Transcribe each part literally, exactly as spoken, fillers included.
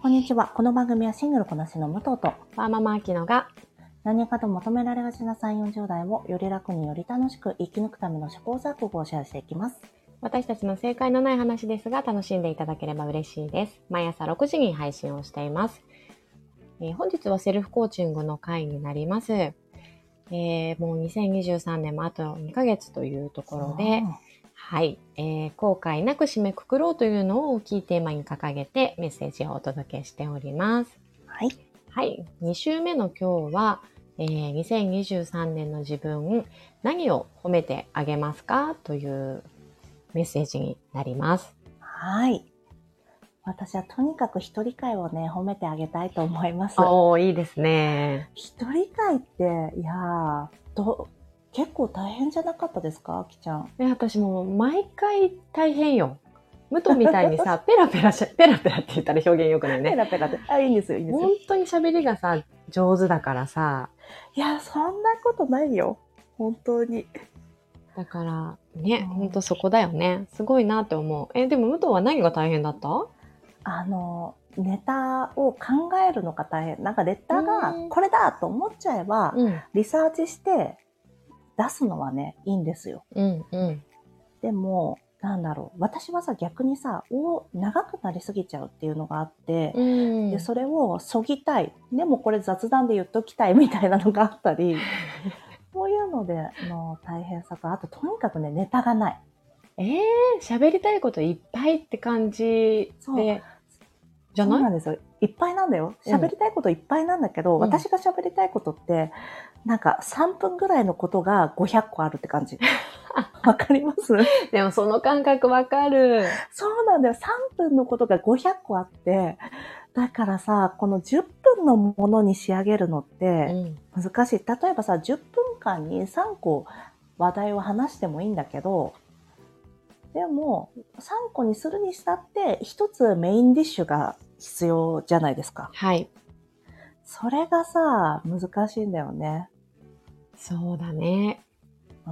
こんにちは。この番組はシングルこなしの武藤とワーママアキノが何かと求められがちなさんじゅう、よんじゅう代をより楽により楽しく生き抜くための試行錯誤をシェアしていきます。 私たちの正解のない話ですが楽しんでいただければ嬉しいです。毎朝ろくじに配信をしています。えー、本日はセルフコーチングの回になります。えー、もうにせんにじゅうさんねんもあとにかげつというところで、はい、えー、後悔なく締めくくろうというのをキーテーマに掲げてメッセージをお届けしております。 はい。 はい、に週目の今日は、えー、にせんにじゅうさんねんの自分、何を褒めてあげますかというメッセージになります。 はい。私はとにかく一人会をね、褒めてあげたいと思います。 おー、いいですね。 一人会って、いやー、ど、結構大変じゃなかったですか、あきちゃん。 で、私も毎回大変よ。武藤みたいにさ、ペラペラし、ペラペラって言ったら表現良くないね。 ペラペラって。あ、いいんですよ、いいんですよ。 本当に喋りがさ、上手だからさ。 いや、そんなことないよ。本当に。 だからね、 うん、 本当そこだよね。すごいなって思う。え、でも武藤は何が大変だった？ あの、ネタを考えるのが大変。なんかレターがこれだと思っちゃえば、 うん、 リサーチして出すのはね、いいんですよ。 うんうん。 でも、なんだろう。私はさ、逆にさ、お長くなりすぎちゃうっていうのがあって、 うん、 で、それをそぎたい。でもこれ雑談で言っときたいみたいなのがあったり、そういうのでの大変さと、あととにかくね、ネタがない。 えー、喋りたいこといっぱいって感じで、じゃない？ そうなんですよ。いっぱいなんだよ。喋りたいこといっぱいなんだけど、うん、私が喋りたいことって、なんかさんぷんぐらいのことがごひゃっこあるって感じ。わかります？ でもその感覚わかる。 そうなんだよ。さんぷんのことがごひゃっこあって、だからさ、このじゅっぷんのものに仕上げるのって難しい。うん、例えばさ、じゅっぷんかんにさんこ話題を話してもいいんだけど、でもさんこにするにしたってひとつメインディッシュが必要じゃないですか。 はい。 それがさ、難しいんだよね。 そうだね。 うん。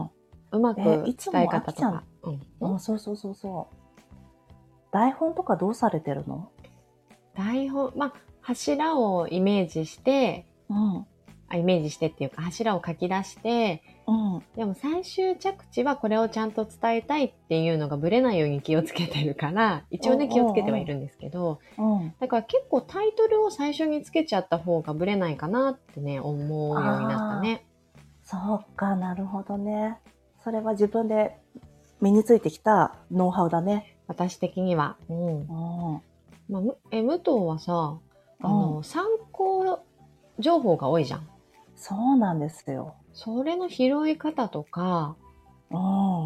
うまく伝え方とか。 うん、うん、そうそうそうそう。台本とかどうされてるの？ 台本、まあ、柱をイメージして、 うん、 あ、イメージしてっていうか、柱を書き出して、うん、でも最終着地はこれをちゃんと伝えたいっていうのがブレないように気をつけてるから、一応ね、気をつけてはいるんですけど、うん、だから結構タイトルを最初につけちゃった方がブレないかなってね、思うようになったね。 そうか、なるほどね。それは自分で身についてきたノウハウだね。 私的には。うん。うんまあ、え、武藤はさ、あの、うん、参考情報が多いじゃん。 そうなんですよ。 それの拾い方とか、うん、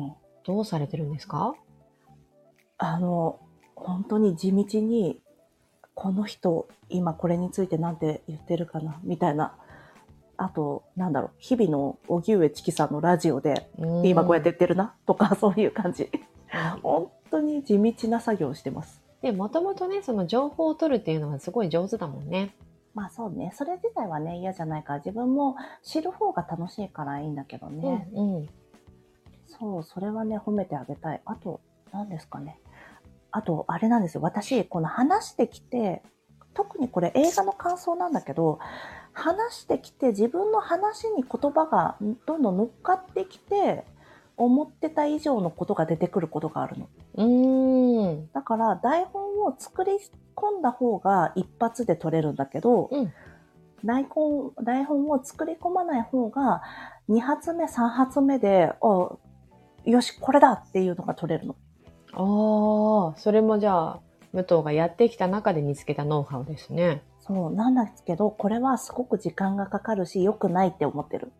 どうされてるんですか？ あの、本当に地道に、この人、今これについてなんて言ってるかな、みたいな。あと、なんだろう、日々の荻上チキさんのラジオで、今こうやって言ってるな、とか、そういう感じ。本当に地道な作業をしてます。 で、もともとね、その情報を取るっていうのはすごい上手だもんね。 まあそうね。それ自体はね、嫌じゃないから、自分も知る方が楽しいからいいんだけどね。うんうん、そう、それはね、褒めてあげたい。あと、何ですかね。あと、あれなんですよ。私、この話してきて、特にこれ映画の感想なんだけど、話してきて自分の話に言葉がどんどん乗っかってきて、思ってた以上のことが出てくることがあるの。うーん。だから台本を作り込んだ方が一発で取れるんだけど、うん、台本、台本を作り込まない方がに発目、さん発目で、お、よし、これだっていうのが取れるの。 ああ、それもじゃあ、武藤がやってきた中で見つけたノウハウですね。 そう、なんですけど、これはすごく時間がかかるし、良くないって思ってる。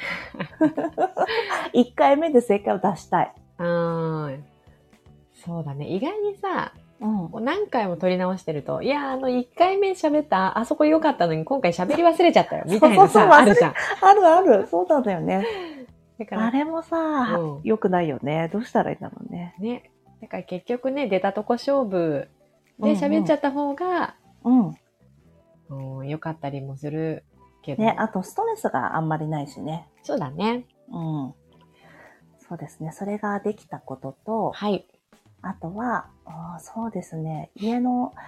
いっかいめで正解を出したい。 ああ、そうだね。意外にさ、うん、何回も撮り直してると、いや、あの、いっかいめ喋った、あそこ良かったのに、今回喋り忘れちゃったよ、みたいなさ、そうそうそうあるじゃん。 あるある。そうなんだよね。だからあれもさ、うん、良くないよね。どうしたらいいんだろうね。 ね。だから結局ね、出たとこ勝負で喋っちゃった方が、うんうん、良かったりもするけど。 ね、あとストレスがあんまりないしね。 そうだね。 うん。そうですね。それができたことと、はい。あとは、あそうですね。家の、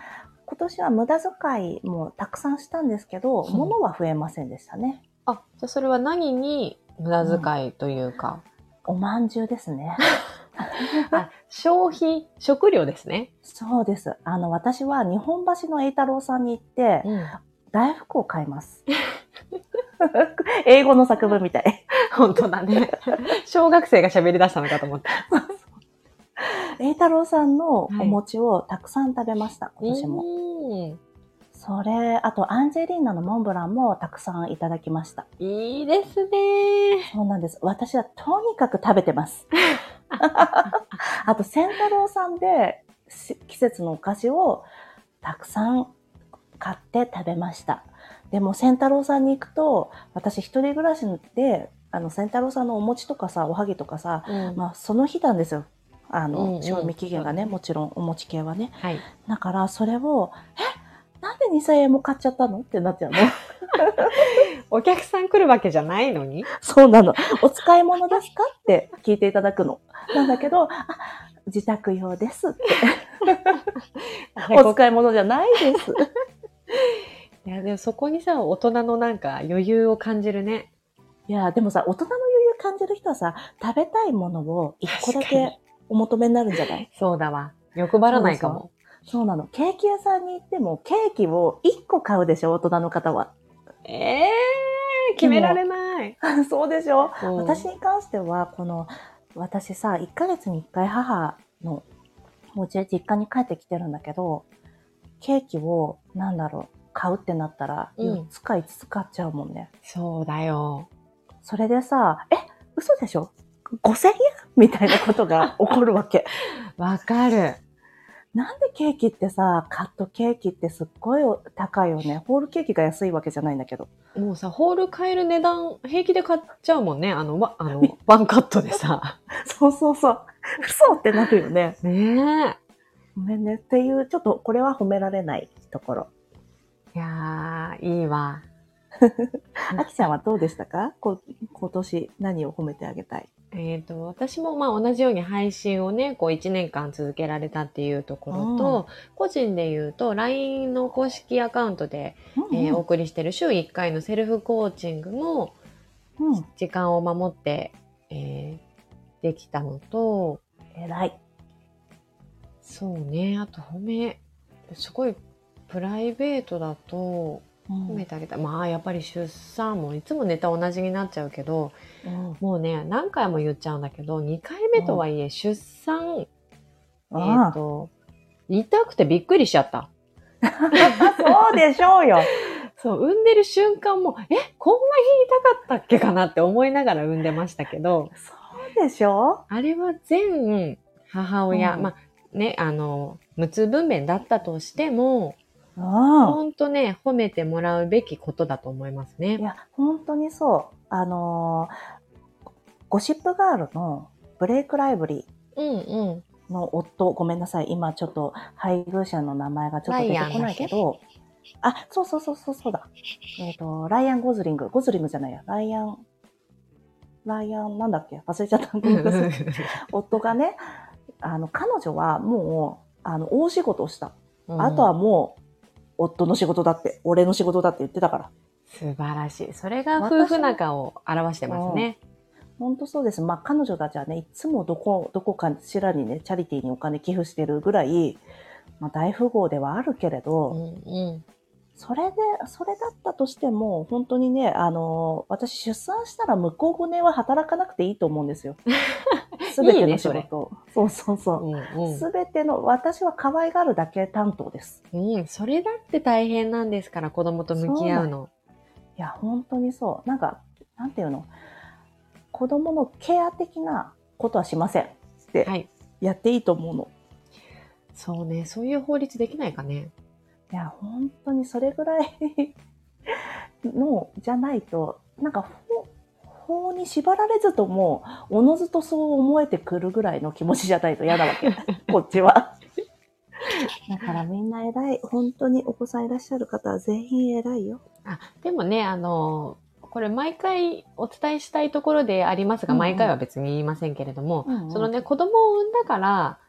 今年は無駄遣いもたくさんしたんですけど、 うん物は増えませんでしたね。 あ、じゃあそれは何に無駄遣いというか。 おまんじゅうですね。 あ、消費、食料ですね。 そうです。あの、私は日本橋の栄太郎さんに行って、 うん、 大福を買います。英語の作文みたい。 本当だね。小学生が喋り出したのかと思った。 栄太郎さんのお餅をたくさん食べました、はい、今年も。 うんそれ、あとアンジェリーナのモンブランもたくさんいただきました。 いいですね。 そうなんです。私はとにかく食べてます。あと、仙太郎さんで季節のお菓子をたくさん買って食べました。でも、仙太郎さんに行くと、私一人暮らしで、あの、仙太郎さんのお餅とかさ、おはぎとかさ、うん、まあ、その日なんですよ。あの、うんうん、賞味期限がね、もちろんお餅系はね。 はい。 だから、それを、えなんでにせんえんも買っちゃったのってなっちゃうの。 お客さん来るわけじゃないのにそうなの。お使い物ですかって聞いていただくの。なんだけど、あ、自宅用ですって。お使い物じゃないです。 いや、でもそこにさ、大人のなんか余裕を感じるね。 いや、でもさ、大人の余裕感じる人はさ、食べたいものを一個だけお求めになるんじゃない？ そうだわ。欲張らないかも。 そうなの。ケーキ屋さんに行っても、ケーキをいっこ買うでしょ、大人の方は。 ええー、決められない。 そうでしょ、うん、私に関しては、この、私さ、いっかげつにいっかい母のお家、実家に帰ってきてるんだけど、ケーキを、なんだろう、買うってなったら、よっつかいつつ買っちゃうもんね。 うん、そうだよ。 それでさ、え、嘘でしょ ?ごせんえん みたいなことが起こるわけ。 わかる。 なんでケーキってさ、カットケーキってすっごい高いよね。ホールケーキが安いわけじゃないんだけど。 もうさ、ホール買える値段、平気で買っちゃうもんね。あの、わあのワンカットでさ。 そうそうそう。嘘ってなるよね。 ねえ。 ごめんね。っていう、ちょっとこれは褒められないところ。 いやー、いいわ。 あきちゃんはどうでしたか？こ今年何を褒めてあげたい？ えっと、私もまあ同じように配信をね、こういちねんかん続けられたっていうところと、うん、個人で言うと ライン の公式アカウントで、うんうんえー、お送りしている週いっかいのセルフコーチングも時間を守って、えー、できたのと、 偉い。 そうね、あと褒め、すごいプライベートだと、褒めてあげたい。まあ、やっぱり出産もいつもネタ同じになっちゃうけど、うん、もうね、何回も言っちゃうんだけど、にかいめとはいえ、出産、うん、えっと、痛くてびっくりしちゃった。 そうでしょうよ。 そう、産んでる瞬間も、え、こんなに痛かったっけかなって思いながら産んでましたけど、 そうでしょ？ あれは全母親、うん、まあね、あの、無痛分娩だったとしても、ほんとね、褒めてもらうべきことだと思いますね。 いや、本当にそう。あのー、ゴシップガールのブレイクライブリーの夫、うんうん、ごめんなさい。今ちょっと配偶者の名前がちょっと出てこないけど、あ、そうそうそうそうそうだ。えっと、ライアン・ゴズリング。ゴズリングじゃないや。ライアン、ライアン、なんだっけ忘れちゃった。ごめんなさい。夫がね、あの、彼女はもう、あの、大仕事をした。うん、あとはもう、夫の仕事だって、俺の仕事だって言ってたから。 素晴らしい。それが夫婦仲を表してますね。 本当そうです。まあ彼女たちはね、いつもどこ、どこかしらにね、チャリティーにお金寄付してるぐらい、まあ大富豪ではあるけれど、うんうん、それで、それだったとしても、本当にね、あの、私出産したら向こうごねんは働かなくていいと思うんですよ。すべての仕事。いいね、そうそうそう。すべ、うんうん、ての、私は可愛がるだけ担当です。 うん、それだって大変なんですから、子供と向き合うの。 いや、本当にそう。なんか、なんていうの、子供のケア的なことはしませんって、やっていいと思うの、はい。 そうね、そういう法律できないかね。 いや、本当にそれぐらいの、じゃないと、なんか、法に縛られずとも、おのずとそう思えてくるぐらいの気持ちじゃないと嫌なわけ。こっちは。だからみんな偉い。本当にお子さんいらっしゃる方は全員偉いよ。 あ、でもね、あの、これ毎回お伝えしたいところでありますが、うんうん、毎回は別に言いませんけれども、うんうん、そのね、子供を産んだから、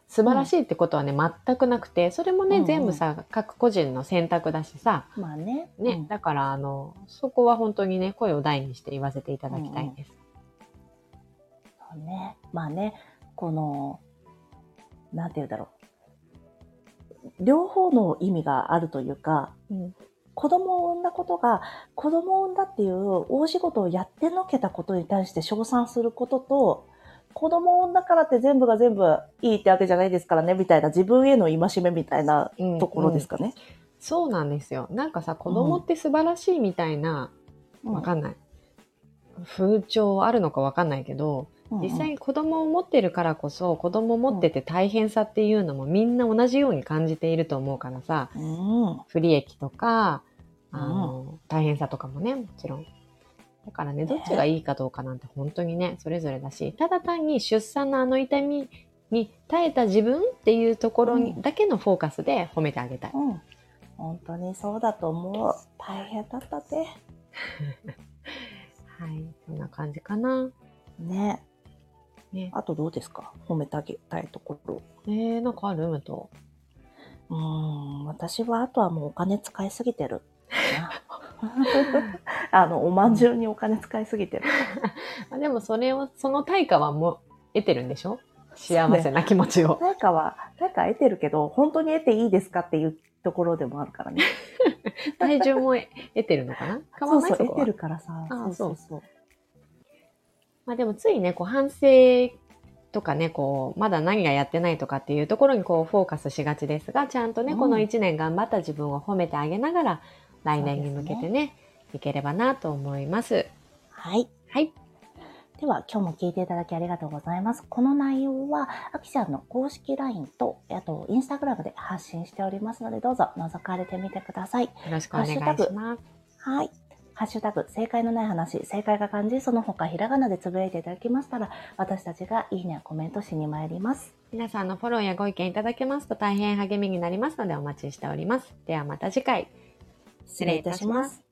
素晴らしいってことはね、全くなくて、それもね、うんうん、全部さ、各個人の選択だしさ。 まあね。 ね、うん、だから、あの、そこは本当にね、声を大にして言わせていただきたいです。 うんうん、そうね。まあね、この、なんて言うんだろう。両方の意味があるというか、うん、子供を産んだことが、子供を産んだっていう大仕事をやってのけたことに対して称賛することと、子供を産んだからって全部が全部いいってわけじゃないですからね、みたいな自分への戒めみたいなところですかね。うんうん、 そうなんですよ。なんかさ、子供って素晴らしいみたいな、わ、うん、かんない。風潮あるのかわかんないけど、うんうん、実際に子供を持ってるからこそ、子供を持ってて大変さっていうのもみんな同じように感じていると思うからさ、うん、不利益とか、あの、うん、大変さとかもね、もちろん。だからね、どっちがいいかどうかなんて本当にね、それぞれだし、ただ単に出産のあの痛みに耐えた自分っていうところに、だけのフォーカスで褒めてあげたい。 うん、本当にそうだと思う。大変だったね。 はい、そんな感じかな。 ね。ね。あとどうですか？褒めてあげたいところ。 えー、なんかある？むと。 うーん、私はあとはもうお金使いすぎてる。あの、おまんじゅうにお金使いすぎてる。 でもそれを、その対価はもう得てるんでしょ？幸せな気持ちを。 対価は、対価は得てるけど、本当に得ていいですかっていうところでもあるからね。 体重も得てるのかな？変わんない？ そうそう、得てるからさ。 ああ、 そうそうそう。 まあでもついね、こう反省とかね、こう、まだ何がやってないとかっていうところにこうフォーカスしがちですが、ちゃんとね、うん、このいちねん頑張った自分を褒めてあげながら、来年に向けてね、ねいければなと思います。 はい。 はい。 では、今日も聞いていただきありがとうございます。この内容は、あきちゃんの公式 ライン と、あと、インスタグラムで発信しておりますので、どうぞ覗かれてみてください。よろしくお願いします。 はい。ハッシュタグ、正解のない話、正解が漢字、その他ひらがなでつぶやいていただきましたら、私たちがいいねやコメントしに参ります。 皆さんのフォローやご意見いただけますと大変励みになりますのでお待ちしております。ではまた次回。 失礼いたします。